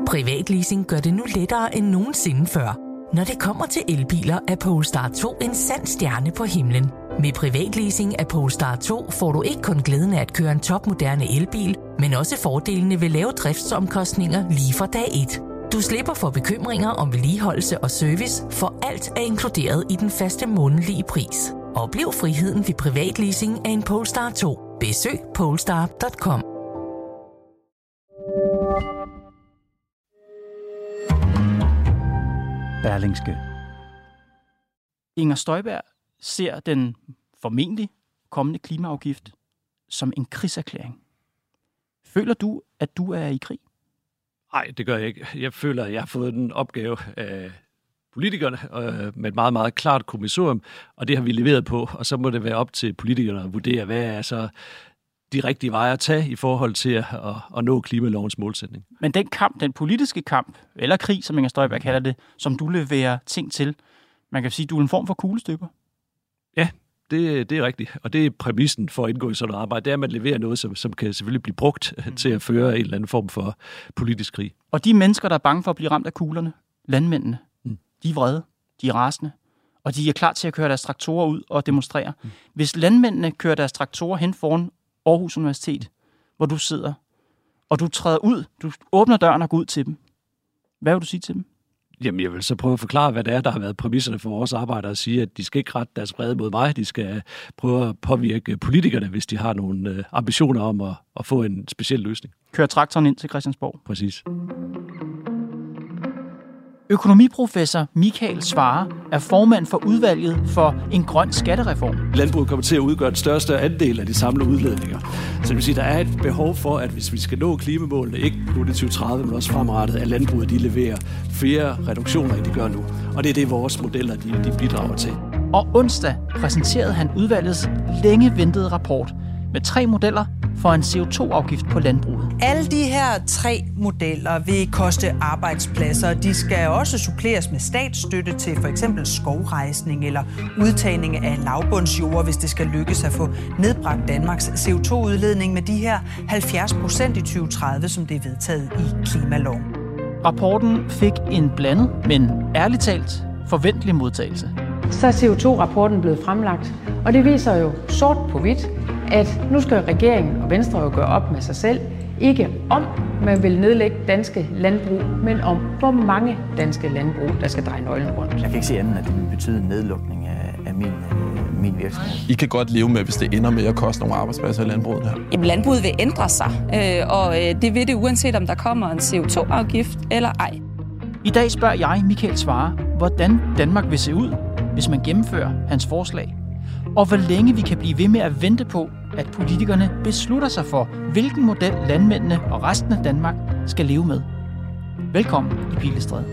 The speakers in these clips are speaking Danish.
Privatleasing gør det nu lettere end nogensinde før. Når det kommer til elbiler, er Polestar 2 en sand stjerne på himlen. Med privatleasing af Polestar 2 får du ikke kun glæden af at køre en topmoderne elbil, men også fordelene ved lave driftsomkostninger lige fra dag 1. Du slipper for bekymringer om vedligeholdelse og service, for alt er inkluderet i den faste månedlige pris. Oplev friheden ved privatleasing af en Polestar 2. Besøg polestar.com. Berlingske. Inger Støjberg ser den formentlig kommende klimaafgift som en krigserklæring. Føler du, at du er i krig? Nej, det gør jeg ikke. Jeg føler, at jeg har fået en opgave af politikerne med et meget, meget klart kommissorium, og det har vi leveret på, og så må det være op til politikerne at vurdere, hvad er så de rigtige veje at tage i forhold til at nå klimalovens målsætning. Men den kamp, den politiske kamp, eller krig, som Inger Støjberg kalder det, som du leverer ting til, man kan sige, du er en form for kuglestøber. Ja, det er rigtigt, og det er præmissen for at indgå i sådan noget arbejde, det er, at man leverer noget, som kan selvfølgelig blive brugt til at føre en eller anden form for politisk krig. Og de mennesker, der er bange for at blive ramt af kuglerne, landmændene, de er vrede, de er rasende, og de er klar til at køre deres traktorer ud og demonstrere. Hvis landmændene kører deres traktorer hen foran Aarhus Universitet, hvor du sidder, og du træder ud, du åbner døren og går ud til dem, hvad vil du sige til dem? Jamen, jeg vil så prøve at forklare, hvad det er, der har været præmisserne for vores arbejde, og sige, at de skal ikke rette deres vrede mod mig, de skal prøve at påvirke politikerne, hvis de har nogle ambitioner om at få en speciel løsning. Køre traktoren ind til Christiansborg. Præcis. Økonomiprofessor Michael Svarer er formand for udvalget for en grøn skattereform. Landbruget kommer til at udgøre den største andel af de samlede udledninger. Så det vil sige, at der er et behov for, at hvis vi skal nå klimamålene, ikke nu i 2030, men også fremrettet, at landbruget de leverer flere reduktioner, end de gør nu. Og det er det, vores modeller de bidrager til. Og onsdag præsenterede han udvalgets længe ventede rapport med 3 modeller for en CO2-afgift på landbruget. Alle de her 3 modeller vil koste arbejdspladser. De skal også suppleres med statsstøtte til for eksempel skovrejsning eller udtagning af lavbundsjord, hvis det skal lykkes at få nedbragt Danmarks CO2-udledning med de her 70% i 2030, som det er vedtaget i klimaloven. Rapporten fik en blandet, men ærligt talt forventelig modtagelse. Så er CO2-rapporten blevet fremlagt, og det viser jo sort på hvidt, at nu skal regeringen og Venstre jo gøre op med sig selv, ikke om man vil nedlægge danske landbrug, men om hvor mange danske landbrug, der skal dreje nøglen rundt. Jeg kan ikke se andet, at det vil betyde en nedlukning af min virksomhed. I kan godt leve med, hvis det ender med at koste nogle arbejdspladser i landbruget her. Jamen, landbruget vil ændre sig, og det vil det uanset om der kommer en CO2-afgift eller ej. I dag spørger jeg Michael Svarer, hvordan Danmark vil se ud, hvis man gennemfører hans forslag. Og hvor længe vi kan blive ved med at vente på, at politikerne beslutter sig for, hvilken model landmændene og resten af Danmark skal leve med. Velkommen i Pilestræde.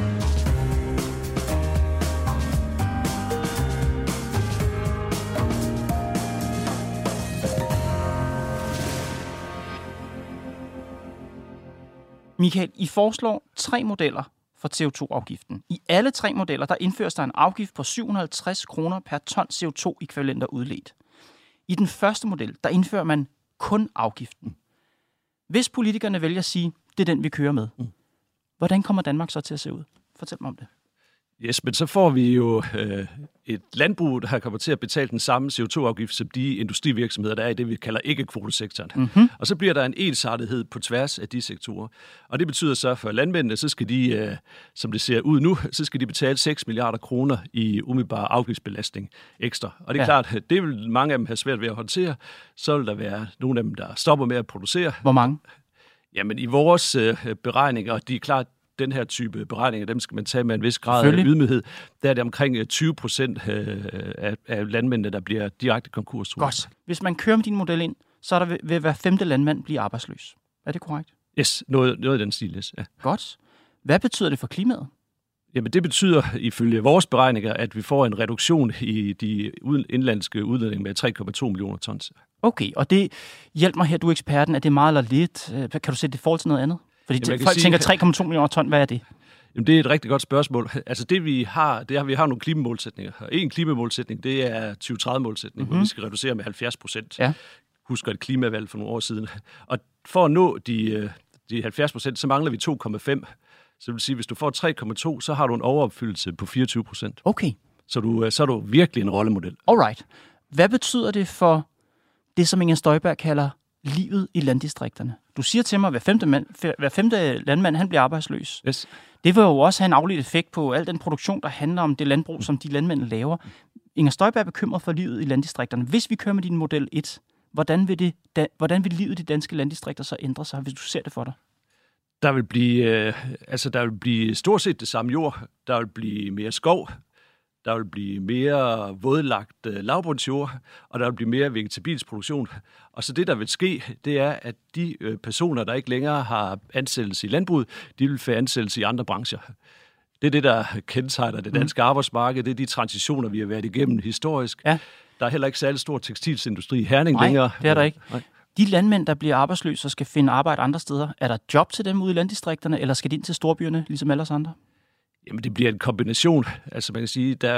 Michael, I foreslår 3 modeller for CO2-afgiften. I alle 3 modeller, der indføres der en afgift på 750 kroner per ton CO2-ekvivalenter udledt. I den første model, der indfører man kun afgiften. Hvis politikerne vælger at sige, det er den, vi kører med, hvordan kommer Danmark så til at se ud? Fortæl mig om det. Yes, men så får vi jo et landbrug, der kommer til at betale den samme CO2-afgift som de industrivirksomheder, der er i det, vi kalder ikke-kvotesektoren. Mm-hmm. Og så bliver der en ensartethed på tværs af de sektorer. Og det betyder så for landmændene, så skal de, som det ser ud nu, så skal de betale 6 milliarder kroner i umiddelbar afgiftsbelastning ekstra. Og det er klart, at det vil mange af dem have svært ved at håndtere. Så vil der være nogle af dem, der stopper med at producere. Hvor mange? Jamen i vores beregninger, de er klart, den her type beregninger, dem skal man tage med en vis grad af ydmyghed. Der er det omkring 20% af landmændene, der bliver direkte konkurstruet. Godt. Hvis man kører med din model ind, så er der ved hver 5. landmand blive arbejdsløs. Er det korrekt? Yes, noget af den stil, yes. Ja. Godt. Hvad betyder det for klimaet? Jamen det betyder ifølge vores beregninger, at vi får en reduktion i de indlandske udledninger med 3,2 millioner tons. Okay, og det hjælper mig her, du er eksperten, at det er meget eller lidt. Kan du sætte det i forhold til noget andet? Fordi folk tænker 3,2 millioner ton, hvad er det? Jamen, det er et rigtig godt spørgsmål. Altså det vi har, det er, at vi har nogle klimamålsætninger. Og en klimamålsætning, det er 2030-målsætning, hvor vi skal reducere med 70%. Ja. Husker et klimavalg for nogle år siden. Og for at nå de 70%, så mangler vi 2,5. Så det vil sige, hvis du får 3,2, så har du en overopfyldelse på 24%. Okay. Så er du virkelig en rollemodel. Alright. Hvad betyder det for det, som Inger Støjberg kalder livet i landdistrikterne? Du siger til mig, at hver femte landmand han bliver arbejdsløs. Yes. Det vil jo også have en afledt effekt på al den produktion, der handler om det landbrug, som de landmænd laver. Inger Støjberg er bekymret for livet i landdistrikterne. Hvis vi kører med din model 1, hvordan vil livet i de danske landdistrikter så ændre sig, hvis du ser det for dig? Der vil blive stort set det samme jord. Der vil blive mere skov. Der vil blive mere vådlagt lavbundsjord, og der vil blive mere vegetabilsk produktion. Og så det, der vil ske, det er, at de personer, der ikke længere har ansættelse i landbruget, de vil få ansættelse i andre brancher. Det er det, der kendetegner det danske arbejdsmarked. Det er de transitioner, vi har været igennem historisk. Ja. Der er heller ikke særlig stor tekstilsindustri i Herning Nej, længere. det er der ikke. Nej. De landmænd, der bliver arbejdsløse og skal finde arbejde andre steder, er der job til dem ude i landdistrikterne, eller skal de ind til storbyerne, ligesom alle os andre? Jamen, det bliver en kombination. Altså, man kan sige, der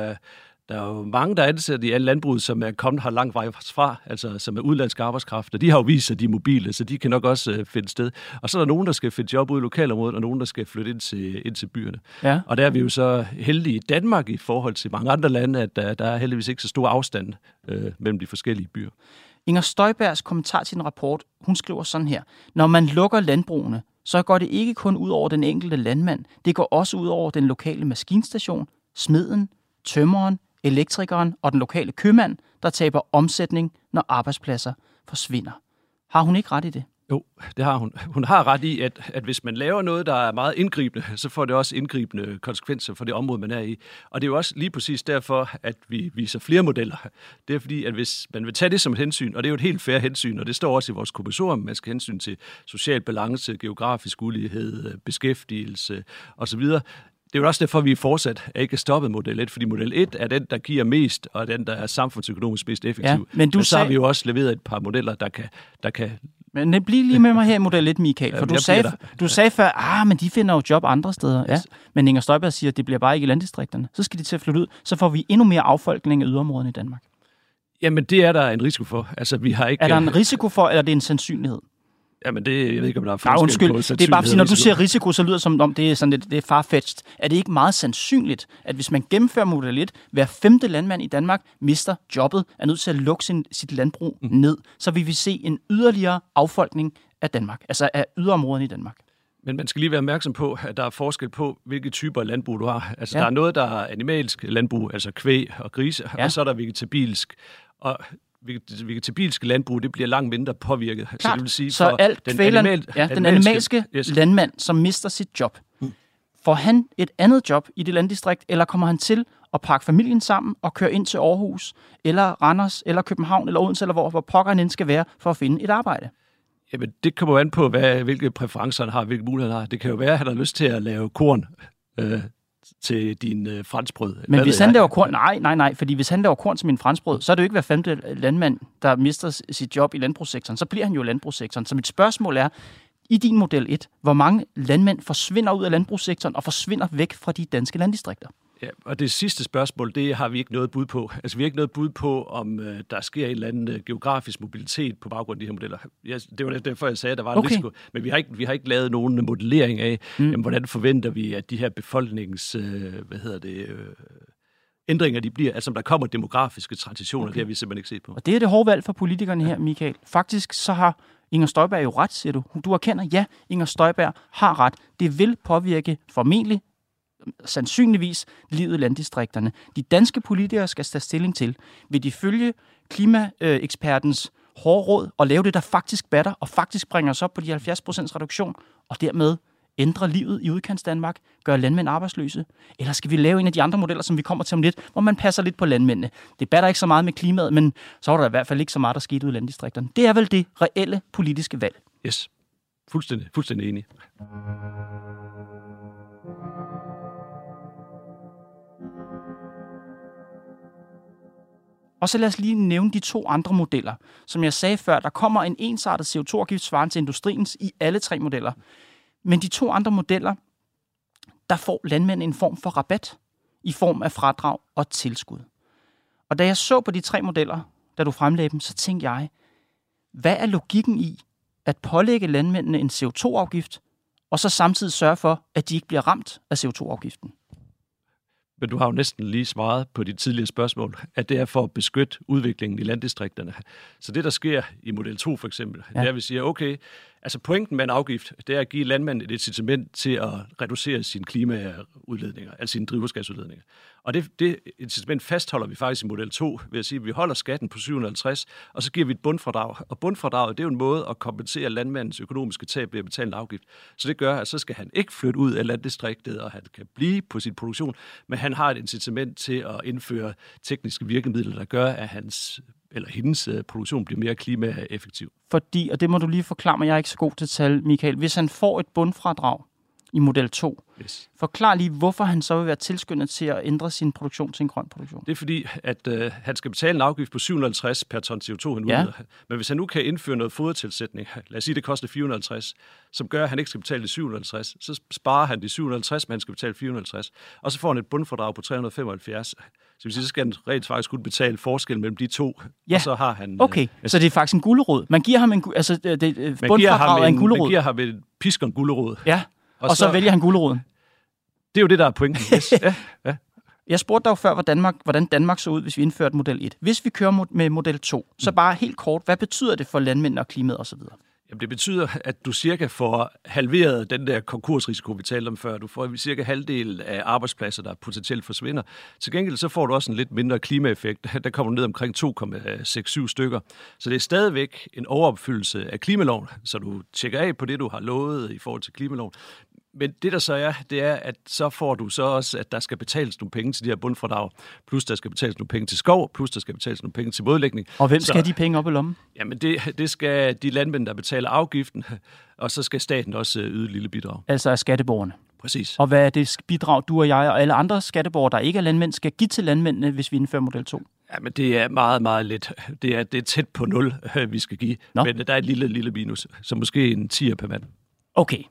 er jo mange, der er ansat i alle landbruget, som er kommet her langt vej fra, altså som er udenlandsk arbejdskraft, og de har jo vist sig, at de er mobile, så de kan nok også finde sted. Og så er der nogen, der skal finde job ude i lokalområdet, og nogen, der skal flytte ind til byerne. Ja. Og der er vi jo så heldige i Danmark i forhold til mange andre lande, at der er heldigvis ikke så stor afstand mellem de forskellige byer. Inger Støjbergs kommentar til en rapport, hun skriver sådan her: når man lukker landbrugene, så går det ikke kun ud over den enkelte landmand, det går også ud over den lokale maskinstation, smeden, tømreren, elektrikeren og den lokale købmand, der taber omsætning, når arbejdspladser forsvinder. Har hun ikke ret i det? Jo, det har hun. Hun har ret i, at hvis man laver noget, der er meget indgribende, så får det også indgribende konsekvenser for det område, man er i. Og det er jo også lige præcis derfor, at vi viser flere modeller. Det er fordi, at hvis man vil tage det som et hensyn, og det er jo et helt fair hensyn, og det står også i vores kommissorium, man skal hensyn til social balance, geografisk ulighed, beskæftigelse osv. Det er jo også derfor, vi fortsat ikke er stoppet model 1, fordi model 1 er den, der giver mest, og den, der er samfundsøkonomisk mest effektiv. Ja, men så har vi jo også leveret et par modeller, der kan. Men bliv lige med mig her i model 1, Michael, for du sagde før, men de finder jo job andre steder. Ja. Men Inger Støjberg siger, at det bliver bare ikke i landdistrikterne. Så skal de til at flytte ud, så får vi endnu mere affolkning af yderområderne i Danmark. Jamen, det er der en risiko for. Altså, vi har ikke. Er der en risiko for, eller er det en sandsynlighed? Jamen, jeg ved ikke, om der er forskel på sandsynlighed. Det er bare fordi, når du siger risiko, så lyder det som om, det er sådan det er farfetched. Er det ikke meget sandsynligt, at hvis man gennemfører model 1, hver femte landmand i Danmark mister jobbet, er nødt til at lukke sit landbrug ned, så vil vi se en yderligere affolkning af Danmark, altså af yderområderne i Danmark? Men man skal lige være opmærksom på, at der er forskel på, hvilke typer af landbrug du har. Altså, der er noget, der er animalsk landbrug, altså kvæg og grise, og så er der vegetabilsk. Og vegetabilske landbrug, det bliver langt mindre påvirket. Klart. Så det vil sige, så alt den animalske landmand, som mister sit job, får han et andet job i det landdistrikt, eller kommer han til at pakke familien sammen og køre ind til Aarhus, eller Randers, eller København, eller Odense, eller hvor pokker han end skal være, for at finde et arbejde? Jamen, det kommer an på, hvilke præferencer han har, hvilke muligheder han har. Det kan jo være, at han har lyst til at lave korn til din franskbrød. Men hvis han laver korn, nej, fordi hvis han laver korn til min franskbrød, så er det jo ikke hver femte landmand, der mister sit job i landbrugssektoren. Så bliver han jo i landbrugssektoren. Så mit spørgsmål er, i din model 1, hvor mange landmænd forsvinder ud af landbrugssektoren og forsvinder væk fra de danske landdistrikter? Ja, og det sidste spørgsmål, det har vi ikke noget bud på. Altså, vi har ikke noget bud på, om der sker en eller anden geografisk mobilitet på baggrund af de her modeller. Det var derfor, jeg sagde, at der var en risiko. Men vi har ikke lavet nogen modellering af, hvordan forventer vi, at de her befolknings... ændringer, de bliver, altså om der kommer demografiske transitioner, det har vi simpelthen ikke set på. Og det er det hårde valg for politikerne her, Michael. Faktisk så har Inger Støjberg jo ret, siger du. Du erkender, ja, Inger Støjberg har ret. Det vil påvirke formentlig, sandsynligvis, livet i landdistrikterne. De danske politikere skal tage stilling til, vil de følge klimaekspertens hårde råd og lave det, der faktisk batter, og faktisk bringer os op på de 70% reduktion, og dermed ændre livet i udkants Danmark, gøre landmænd arbejdsløse? Eller skal vi lave en af de andre modeller, som vi kommer til om lidt, hvor man passer lidt på landmændene? Det batter ikke så meget med klimaet, men så var der i hvert fald ikke så meget, der skete ude i landdistrikterne. Det er vel det reelle politiske valg? Yes. Fuldstændig enig. Og så lad os lige nævne de to andre modeller. Som jeg sagde før, der kommer en ensartet CO2-afgift svarende til industriens i alle tre modeller. Men de to andre modeller, der får landmænd en form for rabat i form af fradrag og tilskud. Og da jeg så på de tre modeller, da du fremlagde dem, så tænkte jeg, hvad er logikken i, at pålægge landmændene en CO2-afgift, og så samtidig sørge for, at de ikke bliver ramt af CO2-afgiften? Men du har jo næsten lige svaret på de tidligere spørgsmål, at det er for at beskytte udviklingen i landdistrikterne. Så det, der sker i model 2 for eksempel, det er, at vi siger, okay, altså pointen med en afgift, det er at give landmanden et incitament til at reducere sine klimaudledninger, altså sine drivhusgasudledninger. Og det incitament fastholder vi faktisk i model 2 ved at sige, at vi holder skatten på 750, og så giver vi et bundfradrag. Og bundfradraget, det er jo en måde at kompensere landmandens økonomiske tab ved at betale en afgift. Så det gør, at så skal han ikke flytte ud af landdistriktet, og han kan blive på sin produktion, men han har et incitament til at indføre tekniske virkemidler, der gør, at hendes produktion bliver mere klimaeffektiv. Fordi, og det må du lige forklare mig, jeg er ikke så god til tal, Michael, hvis han får et bundfradrag i model 2, forklar lige, hvorfor han så vil være tilskyndet til at ændre sin produktion til en grøn produktion. Det er fordi, at han skal betale en afgift på 750 per ton CO2, han udleder. Men hvis han nu kan indføre noget fodertilsætning, lad os sige, det koster 450, som gør, at han ikke skal betale de 750, så sparer han de 750, men han skal betale 450. Og så får han et bundfradrag på 375. Så skal han rent faktisk kunne betale forskel mellem de to, og så har han... Okay, så det er faktisk en gulerod. Man giver ham bundfradraget er en gulerod. Man giver ham en pisk og en gulerod. Ja, og så vælger han guleroden. Det er jo det, der er pointen. Ja. Jeg spurgte dig før, hvordan Danmark så ud, hvis vi indførte model 1. Hvis vi kører med model 2, så bare helt kort, hvad betyder det for landmænd og klimaet osv.? Jamen, det betyder, at du cirka får halveret den der konkursrisiko, vi talte om før. Du får cirka halvdelen af arbejdspladser, der potentielt forsvinder. Til gengæld så får du også en lidt mindre klimaeffekt. Der kommer du ned omkring 2,67 stykker. Så det er stadigvæk en overopfyldelse af klimaloven, så du tjekker af på det, du har lovet i forhold til klimaloven. Men det der så er, det er, at så får du så også, at der skal betales nogle penge til de her bundfradrag, plus der skal betales nogle penge til skov, plus der skal betales nogle penge til vådlægning. Og hvem skal de penge op i lommen? Jamen det skal de landmænd, der betaler afgiften, og så skal staten også yde et lille bidrag. Altså af skatteborgerne? Præcis. Og hvad er det bidrag, du og jeg og alle andre skatteborgere, der ikke er landmænd, skal give til landmændene, hvis vi indfører model 2? Jamen det er meget, meget lidt. Det er tæt på 0, vi skal give. Nå. Men der er et lille minus, så måske en 10 per mand. Okay.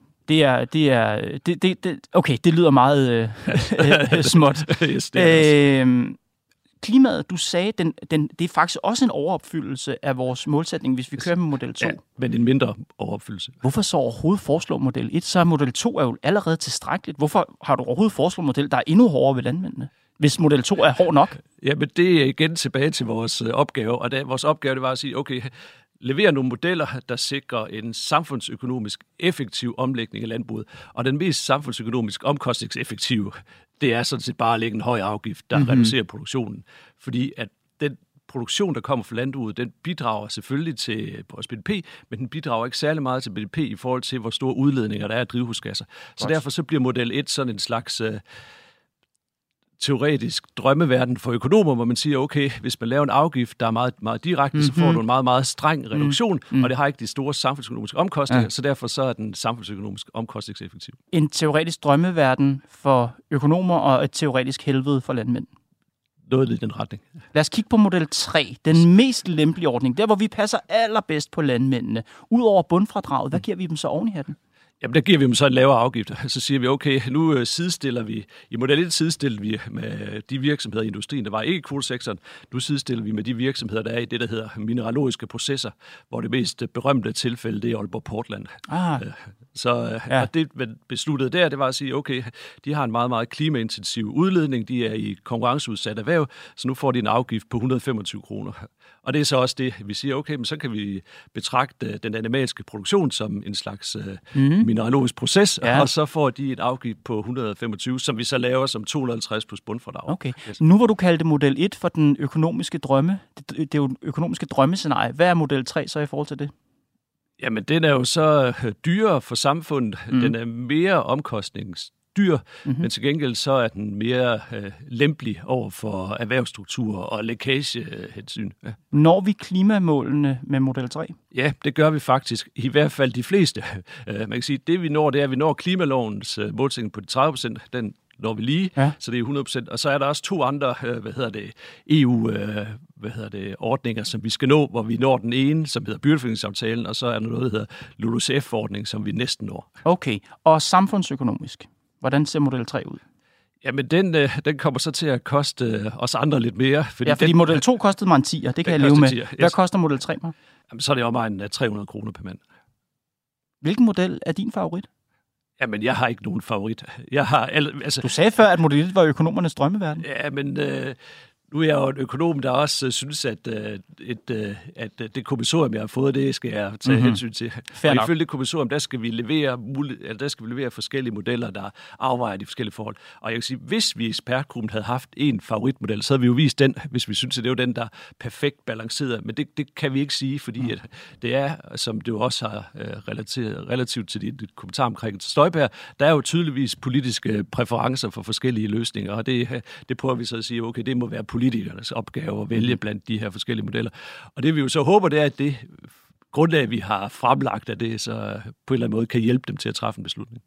Okay, det lyder meget småt. Yes, klimaet, du sagde, det er faktisk også en overopfyldelse af vores målsætning, hvis vi kører med model 2. Ja, men en mindre overopfyldelse. Hvorfor så overhovedet foreslå model 1? Så er model 2 er jo allerede tilstrækkeligt. Hvorfor har du overhovedet foreslået model, der er endnu hårdere ved landmændene? Hvis model 2 er hård nok? Jamen det er igen tilbage til vores opgave, og vores opgave det var at sige, okay, levere nogle modeller, der sikrer en samfundsøkonomisk effektiv omlægning af landbruget. Og den mest samfundsøkonomisk omkostningseffektive, det er sådan set bare at lægge en høj afgift, der reducerer produktionen. Fordi at den produktion, der kommer fra landbruget, den bidrager selvfølgelig til vores BDP, men den bidrager ikke særlig meget til BDP i forhold til, hvor store udledninger der er af drivhusgasser. Så derfor så bliver model 1 sådan en slags teoretisk drømmeverden for økonomer, hvor man siger, okay, hvis man laver en afgift, der er meget, meget direkte, så får du en meget, meget streng reduktion, og det har ikke de store samfundsøkonomiske omkostninger, så derfor så er den samfundsøkonomisk omkostningseffektiv. En teoretisk drømmeverden for økonomer og et teoretisk helvede for landmænd. Noget i den retning. Lad os kigge på model 3, den mest lempelige ordning, der hvor vi passer allerbedst på landmændene. Udover bundfradraget, hvad giver vi dem så oven i hatten? Jamen, der giver vi dem så en lavere afgift. Så siger vi, okay, nu sidestiller vi, i model 1 sidestiller vi med de virksomheder i industrien, der var ikke i kvotesektoren. Nu sidestiller vi med de virksomheder, der er i det, der hedder mineralogiske processer, hvor det mest berømte tilfælde, det er Aalborg Portland. Og det, man besluttede der, det var at sige, okay, de har en meget, meget klimaintensiv udledning, de er i konkurrenceudsat erhverv, så nu får de en afgift på 125 kroner. Og det er så også det, vi siger, okay, men så kan vi betragte den animalske produktion som en slags mineralogisk proces, og så får de et afgift på 125, som vi så laver som 250 plus bundfradrag. Okay. Nu hvor du kaldte model 1 for den økonomiske drømme, det er jo økonomiske drømmescenarie. Hvad er model 3 så i forhold til det? Jamen, den er jo så dyrere for samfundet. Den er mere omkostningsdyr, men til gengæld så er den mere lempelig over for erhvervsstruktur og lækagehensyn. Ja. Når vi klimamålene med model 3? Ja, det gør vi faktisk. I hvert fald de fleste. Man kan sige, at det vi når, det er, at vi når klimalovens målsætning på de 30%. Den når vi lige, så det er 100%. Og så er der også 2 andre, ordninger, som vi skal nå, hvor vi når den ene, som hedder byrdefordelingssaftalen, og så er der noget, der hedder LULUCF-ordning, som vi næsten når. Okay, og samfundsøkonomisk, hvordan ser model 3 ud? Jamen, den kommer så til at koste os andre lidt mere. Fordi model 2 kostede mig en 10'er, det kan jeg leve med. Hvad koster model 3 mig? Jamen, så er det omegnen af 300 kroner per mand. Hvilken model er din favorit? Jamen, jeg har ikke nogen favorit. Du sagde før, at model 1 var økonomernes drømmeverden. Ja, men nu er jeg jo en økonom, der også synes, at det kommissorium, jeg har fået, det skal jeg tage hensyn til. Og ifølge det kommissorium, der skal vi levere forskellige modeller, der afvejer de forskellige forhold. Og jeg kan sige, hvis vi i ekspertgruppen havde haft en favoritmodel, så havde vi jo vist den, hvis vi synes, at det var den, der er perfekt balanceret. Men det kan vi ikke sige, fordi at det er, som du også har relativt til dit kommentar omkring Støjberg, der er jo tydeligvis politiske præferencer for forskellige løsninger, og det prøver vi så at sige, okay, det må være politikernes opgave at vælge blandt de her forskellige modeller. Og det vi jo så håber, det er, at det grundlag, vi har fremlagt af det, så på en eller anden måde kan hjælpe dem til at træffe en beslutning.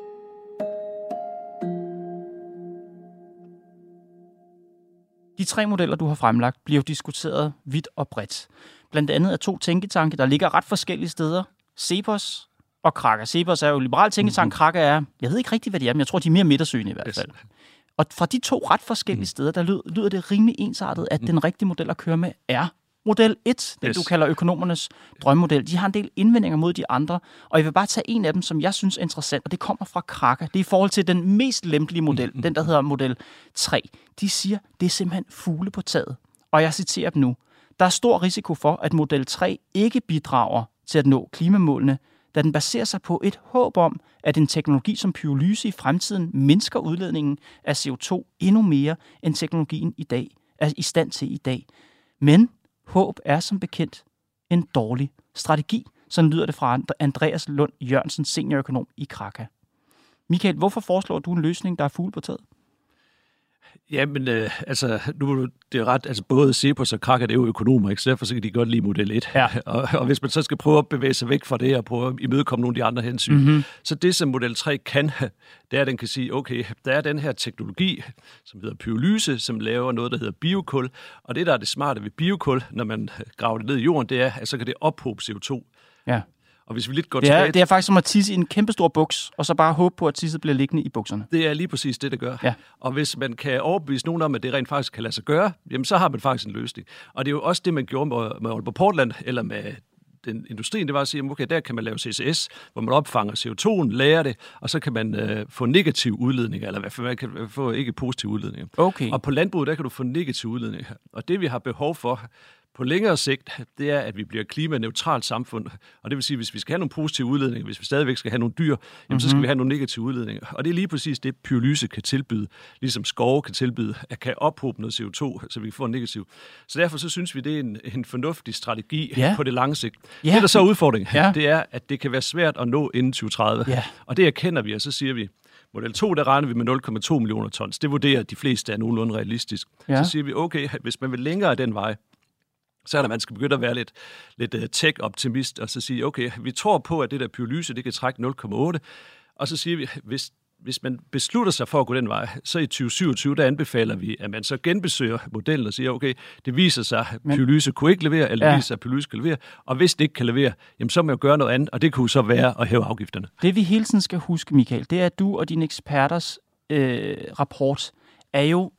De 3 modeller, du har fremlagt, bliver jo diskuteret vidt og bredt. Blandt andet af 2 tænketanke, der ligger ret forskellige steder. CEPOS og Kraka. CEPOS er jo liberal tænketank. Kraka er, jeg ved ikke rigtig, hvad de er, men jeg tror, de er mere midtersøgende i hvert fald. Og fra de 2 ret forskellige steder, der lyder det rimelig ensartet, at den rigtige model at køre med er model 1, den du kalder økonomernes drømmemodel. De har en del indvendinger mod de andre, og jeg vil bare tage en af dem, som jeg synes er interessant, og det kommer fra Kraka. Det er i forhold til den mest lempelige model, den der hedder model 3. De siger, det er simpelthen fugle på taget. Og jeg citerer dem nu. Der er stor risiko for, at model 3 ikke bidrager til at nå klimamålene, da den baserer sig på et håb om, at en teknologi som pyrolyse i fremtiden mindsker udledningen af CO2 endnu mere, end teknologien i dag er i stand til i dag. Men håb er som bekendt en dårlig strategi. Sådan lyder det fra Andreas Lund Jørgensen, seniorøkonom i Kraka. Michael, hvorfor foreslår du en løsning, der er fugle på taget? Jamen, nu det er ret, altså både CEPOS og Kraka, det er jo økonomer, ikke? Så derfor så kan de godt lide model 1. Ja. og hvis man så skal prøve at bevæge sig væk fra det og prøve at imødekomme nogle af de andre hensyn, så det som model 3 kan, det er, at den kan sige, okay, der er den her teknologi, som hedder pyrolyse, som laver noget, der hedder biokul, og det, der er det smarte ved biokul, når man graver det ned i jorden, det er, at så kan det ophobe CO2. Ja. Og hvis vi lidt går tilbage... Det er faktisk som at tisse i en kæmpestor buks, og så bare håbe på, at tisset bliver liggende i bukserne. Det er lige præcis det gør. Ja. Og hvis man kan overbevise nogen om, at det rent faktisk kan lade sig gøre, jamen så har man faktisk en løsning. Og det er jo også det, man gjorde med Aalborg Portland, eller med den industrien, det var at sige, okay, der kan man lave CCS, hvor man opfanger CO2'en, lærer det, og så kan man få negativ udledning, eller i hvert fald man kan få ikke positiv udledning. Okay. Og på landbruget, der kan du få negativ udledning. Og det, vi har behov for på længere sigt, det er, at vi bliver et klimaneutralt samfund. Og det vil sige, hvis vi skal have nogle positive udledninger, hvis vi stadigvæk skal have nogle dyr, jamen, så skal vi have nogle negative udledninger. Og det er lige præcis det, pyrolyse kan tilbyde, ligesom skove kan tilbyde, at kan ophobe noget CO2, så vi kan få en negativ. Så derfor så synes vi, det er en fornuftig strategi på det lange sigt. Det der så er udfordringen, det er, at det kan være svært at nå inden 2030. Ja. Og det erkender vi, og så siger vi, model 2, der regner vi med 0,2 millioner tons. Det vurderer de fleste er nogenlunde realistisk. Ja. Så siger vi, okay, hvis man vil længere af den vej, så er der, man skal begynde at være lidt tech-optimist, og så sige, okay, vi tror på, at det der pyrolyse, det kan trække 0,8, og så siger vi, hvis man beslutter sig for at gå den vej, så i 2027, der anbefaler vi, at man så genbesøger modellen og siger, okay, det viser sig, at pyrolyse kunne ikke levere, eller det viser sig, at pyrolyse kan levere, og hvis det ikke kan levere, jamen så må man jo gøre noget andet, og det kunne så være at hæve afgifterne. Det vi hele tiden skal huske, Michael, det er, at du og dine eksperters rapport er jo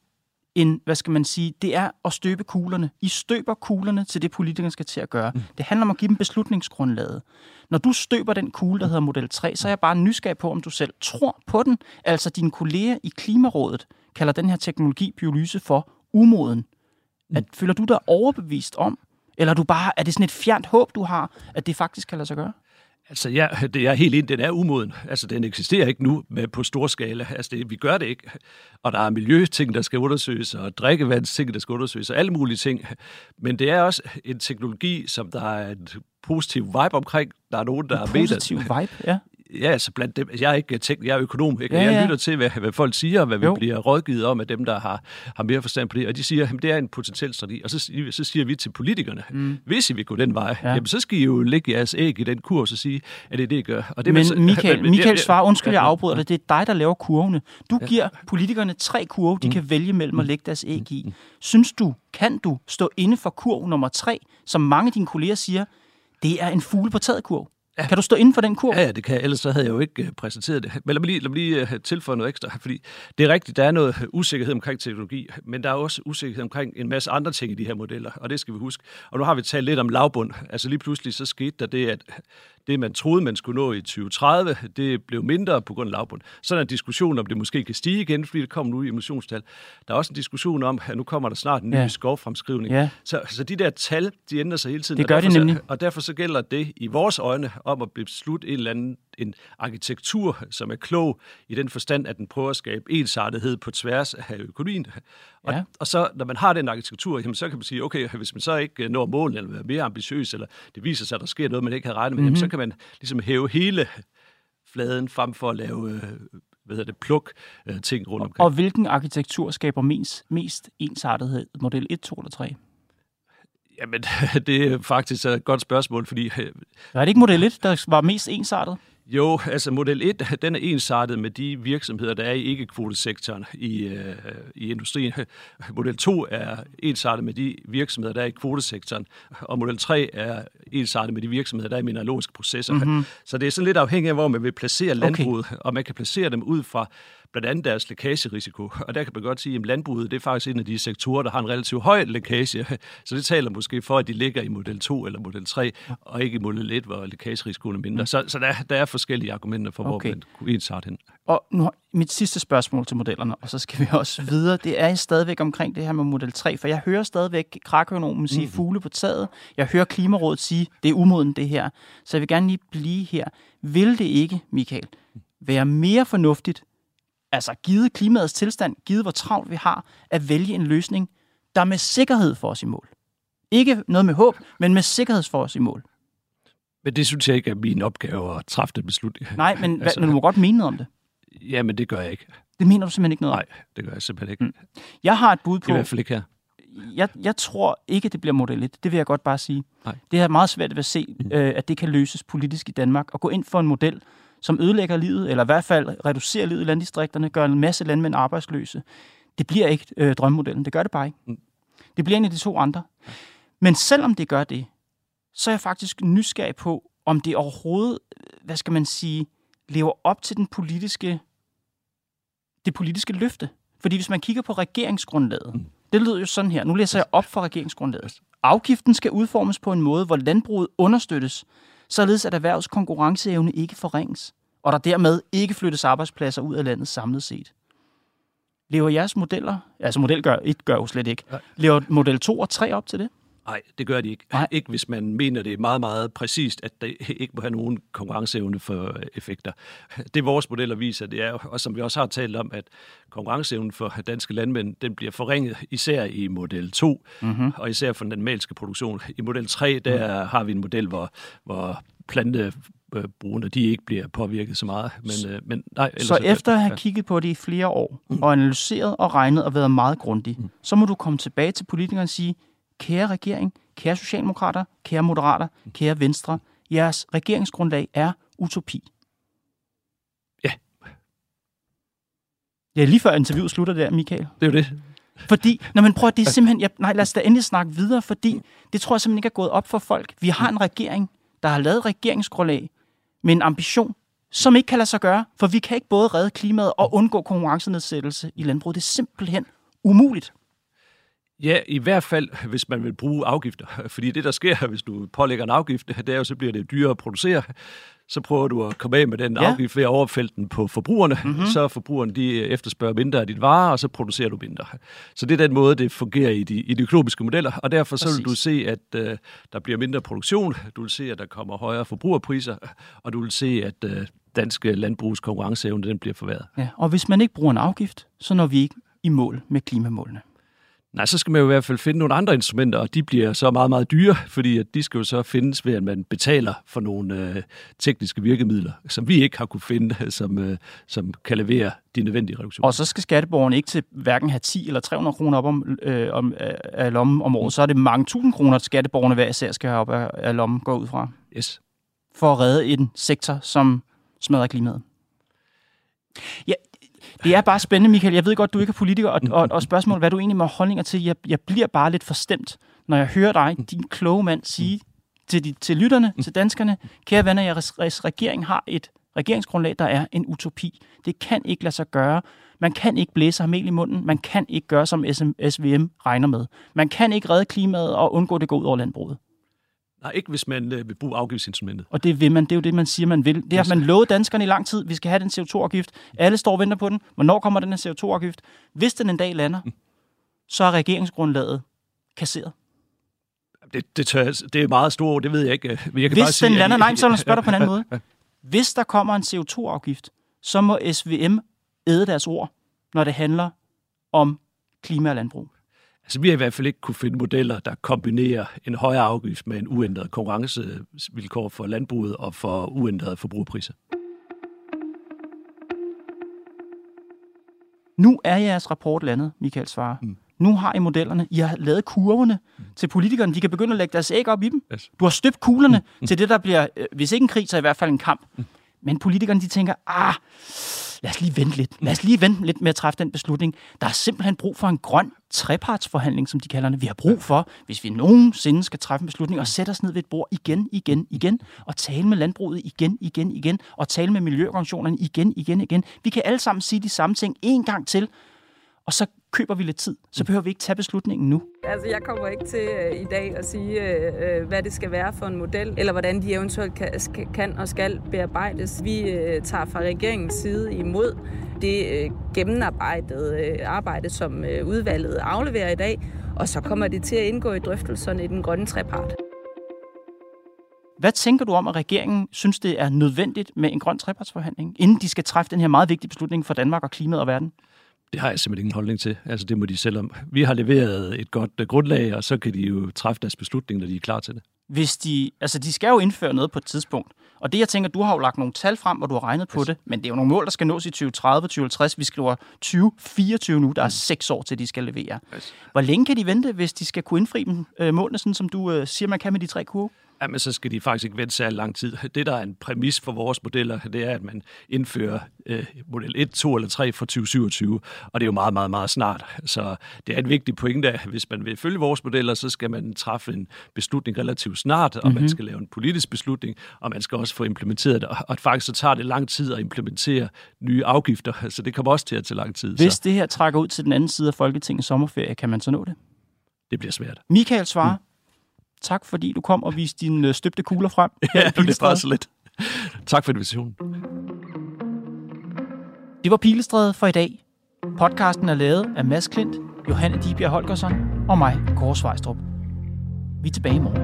det er at støbe kuglerne. I støber kuglerne til det, politikerne skal til at gøre. Det handler om at give dem beslutningsgrundlaget. Når du støber den kugle, der hedder model 3, så er jeg bare nysgerrig på, om du selv tror på den. Altså dine kolleger i Klimarådet kalder den her teknologi, pyrolyse, for umoden. Føler du dig overbevist om, eller er det sådan et fjernt håb, du har, at det faktisk kan lade sig gøre? Altså, det er helt enig, den er umoden. Altså, den eksisterer ikke nu på stor skala. Altså, vi gør det ikke. Og der er miljøting, der skal undersøges, og drikkevandsting, der skal undersøges, og alle mulige ting. Men det er også en teknologi, som der er en positiv vibe omkring. Der er nogen, der er med. Positiv vibe, ja. Ja, altså blandt dem. Jeg er ikke jeg er økonom, ikke? Jeg lytter til, hvad folk siger, hvad vi bliver rådgivet om af dem, der har mere forstand på det. Og de siger, at det er en potentiel strategi. Og så siger vi til politikerne, hvis I vil gå den vej, jamen, så skal I jo lægge jeres æg i den kurs og sige, at det er det, I gør. Og det men Michael svarer, undskyld, jeg afbryder dig, det er dig, der laver kurvene. Du giver politikerne 3 kurve, de kan vælge mellem at lægge deres æg i. Kan du stå inde for kurv nummer 3, som mange af dine kolleger siger, det er en fugle på taget kurv? Ja. Kan du stå inden for den kurv? Ja, det kan jeg. Ellers så havde jeg jo ikke præsenteret det. Men lad mig lige tilføje noget ekstra, fordi det er rigtigt, der er noget usikkerhed omkring teknologi, men der er også usikkerhed omkring en masse andre ting i de her modeller, og det skal vi huske. Og nu har vi talt lidt om lavbund. Altså lige pludselig så skete der det, at det, man troede, man skulle nå i 2030, det blev mindre på grund af lavbund. Så er der en diskussion om, det måske kan stige igen, fordi det kommer nu i emissionstal. Der er også en diskussion om, at nu kommer der snart en ny skovfremskrivning. Ja. Så de der tal, de ændrer sig hele tiden. Det gør de nemlig. Og derfor så gælder det i vores øjne om at beslutte en arkitektur, som er klog i den forstand, at den prøver at skabe ensartethed på tværs af økonomien. Og så, når man har den arkitektur, jamen, så kan man sige, okay, hvis man så ikke når målet, eller er mere ambitiøs, eller det viser sig, at der sker noget, man ikke havde regnet med, jamen, så kan man ligesom hæve hele fladen frem for at lave pluk ting rundt omkring. Og hvilken arkitektur skaber mest ensartethed? Model 1, 2 eller 3? Jamen, det er faktisk et godt spørgsmål, fordi... Er det ikke model 1, der var mest ensartet? Jo, altså model 1, den er ensartet med de virksomheder, der er i ikke-kvotesektoren i industrien. Model 2 er ensartet med de virksomheder, der er i kvotesektoren. Og model 3 er ensartet med de virksomheder, der er i mineralogiske processer. Mm-hmm. Så det er sådan lidt afhængigt af, hvor man vil placere landbruget, og man kan placere dem ud fra blandt andet deres lækagerisiko. Og der kan man godt sige, at landbruget det er faktisk en af de sektorer, der har en relativt høj lækage. Så det taler måske for, at de ligger i model 2 eller model 3, og ikke i model 1, hvor lækagerisikoen er mindre. Så der er forskellige argumenter for, hvor man kunne ensarte hen. Og nu mit sidste spørgsmål til modellerne, og så skal vi også videre. Det er stadigvæk omkring det her med model 3, for jeg hører stadigvæk krakøkonomen sige fugle på taget. Jeg hører Klimarådet sige, det er umoden det her. Så jeg vil gerne lige blive her. Vil det ikke, Michael, være mere fornuftigt, altså givet klimaets tilstand, givet hvor travlt vi har, at vælge en løsning, der med sikkerhed får os i mål? Ikke noget med håb, men med sikkerhed får os i mål. Men det synes jeg ikke er min opgave at træffe den beslutning. Nej, men du må godt mene noget om det. Jamen, det gør jeg ikke. Det mener du simpelthen ikke noget om? Nej, det gør jeg simpelthen ikke. Jeg har et bud på... I hvert fald ikke her. Jeg tror ikke, det bliver model 1. Det vil jeg godt bare sige. Nej. Det er meget svært at se, at det kan løses politisk i Danmark. Og gå ind for en model, som ødelægger livet, eller i hvert fald reducerer livet i landdistrikterne, gør en masse landmænd arbejdsløse. Det bliver ikke drømmemodellen. Det gør det bare ikke. Det bliver en af de to andre. Men selvom det gør det, så er jeg faktisk nysgerrig på, om det overhovedet, lever op til det politiske løfte. Fordi hvis man kigger på regeringsgrundlaget, det lyder jo sådan her. Nu læser jeg op for regeringsgrundlaget. Afgiften skal udformes på en måde, hvor landbruget understøttes, således at erhvervets konkurrenceevne ikke forringes, og der dermed ikke flyttes arbejdspladser ud af landet samlet set. Lever jeres modeller, altså model 1 gør jo slet ikke, lever model 2 og 3 op til det? Nej, det gør de ikke. Nej. Ikke hvis man mener det er meget, meget præcist, at det ikke må have nogen konkurrenceevne for effekter. Det vores modeller viser, det er, og som vi også har talt om, at konkurrenceevnen for danske landmænd, den bliver forringet især i model 2, og især for den animalske produktion. I model 3, der har vi en model, hvor plantebrugerne, de ikke bliver påvirket så meget. Men nej, så efter at have kigget på det i flere år, og analyseret og regnet og været meget grundig, så må du komme tilbage til politikerne og sige, kære regering, kære socialdemokrater, kære moderater, kære venstre, jeres regeringsgrundlag er utopi. Ja. Ja, lige før interviewet slutter der, Michael. Det er jo det. Fordi, det er simpelthen, lad os da endelig snakke videre, fordi det tror jeg simpelthen ikke er gået op for folk. Vi har en regering, der har lavet regeringsgrundlag med en ambition, som ikke kan lade sig gøre, for vi kan ikke både redde klimaet og undgå konkurrencenedsættelse i landbruget. Det er simpelthen umuligt. Ja, i hvert fald, hvis man vil bruge afgifter. Fordi det, der sker, hvis du pålægger en afgift, det er jo, så bliver det dyrere at producere. Så prøver du at komme af med den afgift ved at overfælde den på forbrugerne. Så forbrugerne, de efterspørger mindre af dit varer, og så producerer du mindre. Så det er den måde, det fungerer i de økonomiske modeller. Og derfor så vil du se, at der bliver mindre produktion. Du vil se, at der kommer højere forbrugerpriser. Og du vil se, at danske landbrugs konkurrenceevne, den bliver forværret. Ja, og hvis man ikke bruger en afgift, så når vi ikke i mål med klimamålene. Nej, så skal man jo i hvert fald finde nogle andre instrumenter, og de bliver så meget, meget dyre, fordi at de skal jo så findes ved, at man betaler for nogle tekniske virkemidler, som vi ikke har kunne finde, som kan levere de nødvendige reduktioner. Og så skal skatteborgerne ikke til hverken have 10 eller 300 kroner op af lommen om året, så er det mange tusind kroner, at skatteborgerne hver især skal have op af lommen, gå ud fra. Yes. For at redde en sektor, som smadrer klimaet. Ja, det er bare spændende, Michael. Jeg ved godt, du ikke er politiker, og spørgsmålet, hvad du egentlig må holdninger til. Jeg bliver bare lidt forstemt, når jeg hører dig, din kloge mand, sige til lytterne, til danskerne, kære venner, jeres regering har et regeringsgrundlag, der er en utopi. Det kan ikke lade sig gøre. Man kan ikke blæse ham mel i munden. Man kan ikke gøre, som SVM regner med. Man kan ikke redde klimaet og undgå det gå ud over landbruget. Nej, ikke hvis man vil bruge afgiftsinstrumentet. Og det vil man. Det er jo det, man siger, man vil. Det har man lovet danskerne i lang tid. Vi skal have den CO2-afgift. Alle står og venter på den. Hvornår kommer den her CO2-afgift? Hvis den en dag lander, så er regeringsgrundlaget kasseret. Det er meget store, det ved jeg ikke. Jeg kan hvis bare sige, den lander, nej, så vil jeg spørge dig på en anden måde. Hvis der kommer en CO2-afgift, så må SVM æde deres ord, når det handler om klima og landbrug. Altså, vi har i hvert fald ikke kunne finde modeller, der kombinerer en højere afgift med en uændret konkurrencevilkår for landbruget og for uændrede forbrugerpriser. Nu er jeres rapport landet, Michael Svarer. Nu har I modellerne. I har lavet kurverne til politikerne. De kan begynde at lægge deres æg op i dem. Yes. Du har støbt kuglerne til det, der bliver, hvis ikke en krig, så i hvert fald en kamp. Men politikerne, de tænker, lad os lige vente lidt. Lad os lige vente lidt med at træffe den beslutning. Der er simpelthen brug for en grøn trepartsforhandling, som de kalder det. Vi har brug for, hvis vi nogensinde skal træffe en beslutning, og sætte os ned ved et bord igen, og tale med landbruget igen, og tale med miljøorganisationerne igen. Vi kan alle sammen sige de samme ting en gang til, og så køber vi lidt tid. Så behøver vi ikke tage beslutningen nu. Altså, jeg kommer ikke til i dag at sige, hvad det skal være for en model, eller hvordan de eventuelt kan og skal bearbejdes. Vi tager fra regeringens side imod det gennemarbejdede arbejde, som udvalget afleverer i dag, og så kommer det til at indgå i drøftelserne i den grønne trepart. Hvad tænker du om, at regeringen synes, det er nødvendigt med en grøn trepartsforhandling, inden de skal træffe den her meget vigtige beslutning for Danmark og klimaet og verden? Det har jeg simpelthen ingen holdning til. Altså, det må de selv om. Vi har leveret et godt grundlag, og så kan de jo træffe deres beslutning, når de er klar til det. Hvis de skal jo indføre noget på et tidspunkt. Og det, jeg tænker, du har jo lagt nogle tal frem, hvor du har regnet på det, men det er jo nogle mål, der skal nås i 2030, 2050. Vi skriver 2024 nu, der er 6 år til, de skal levere. Hvor længe kan de vente, hvis de skal kunne indfri dem målene, sådan som du siger, man kan med de 3 kurve? Jamen, så skal de faktisk ikke vente særlig lang tid. Det, der er en præmis for vores modeller, det er, at man indfører model 1, 2 eller 3 for 2027, og det er jo meget, meget, meget snart. Så det er en vigtig pointe, at hvis man vil følge vores modeller, så skal man træffe en beslutning relativt snart, og man skal lave en politisk beslutning, og man skal også få implementeret det. Og faktisk så tager det lang tid at implementere nye afgifter, så det kommer også til at tage lang tid. Hvis det her trækker ud til den anden side af Folketingets sommerferie, kan man så nå det? Det bliver svært. Michael Svarer, tak fordi du kom og viste dine støbte kugler frem. Ja, det er bare så lidt. Tak for invitationen. Det var Pilestræde for i dag. Podcasten er lavet af Mads Klint, Johanne Dibjerg Holgersson og mig, Kåre Svejstrup. Vi er tilbage i morgen.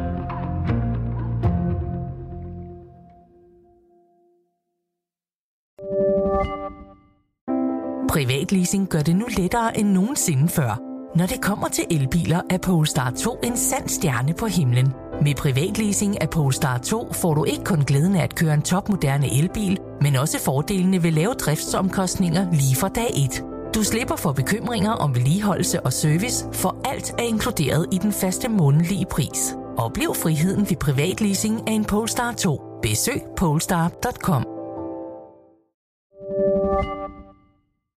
Privatleasing gør det nu lettere end nogensinde før. Når det kommer til elbiler, er Polestar 2 en sand stjerne på himlen. Med privatleasing af Polestar 2 får du ikke kun glæden af at køre en topmoderne elbil, men også fordelene ved lave driftsomkostninger lige fra dag 1. Du slipper for bekymringer om vedligeholdelse og service, for alt er inkluderet i den faste månedlige pris. Oplev friheden ved privatleasing af en Polestar 2. Besøg polestar.com.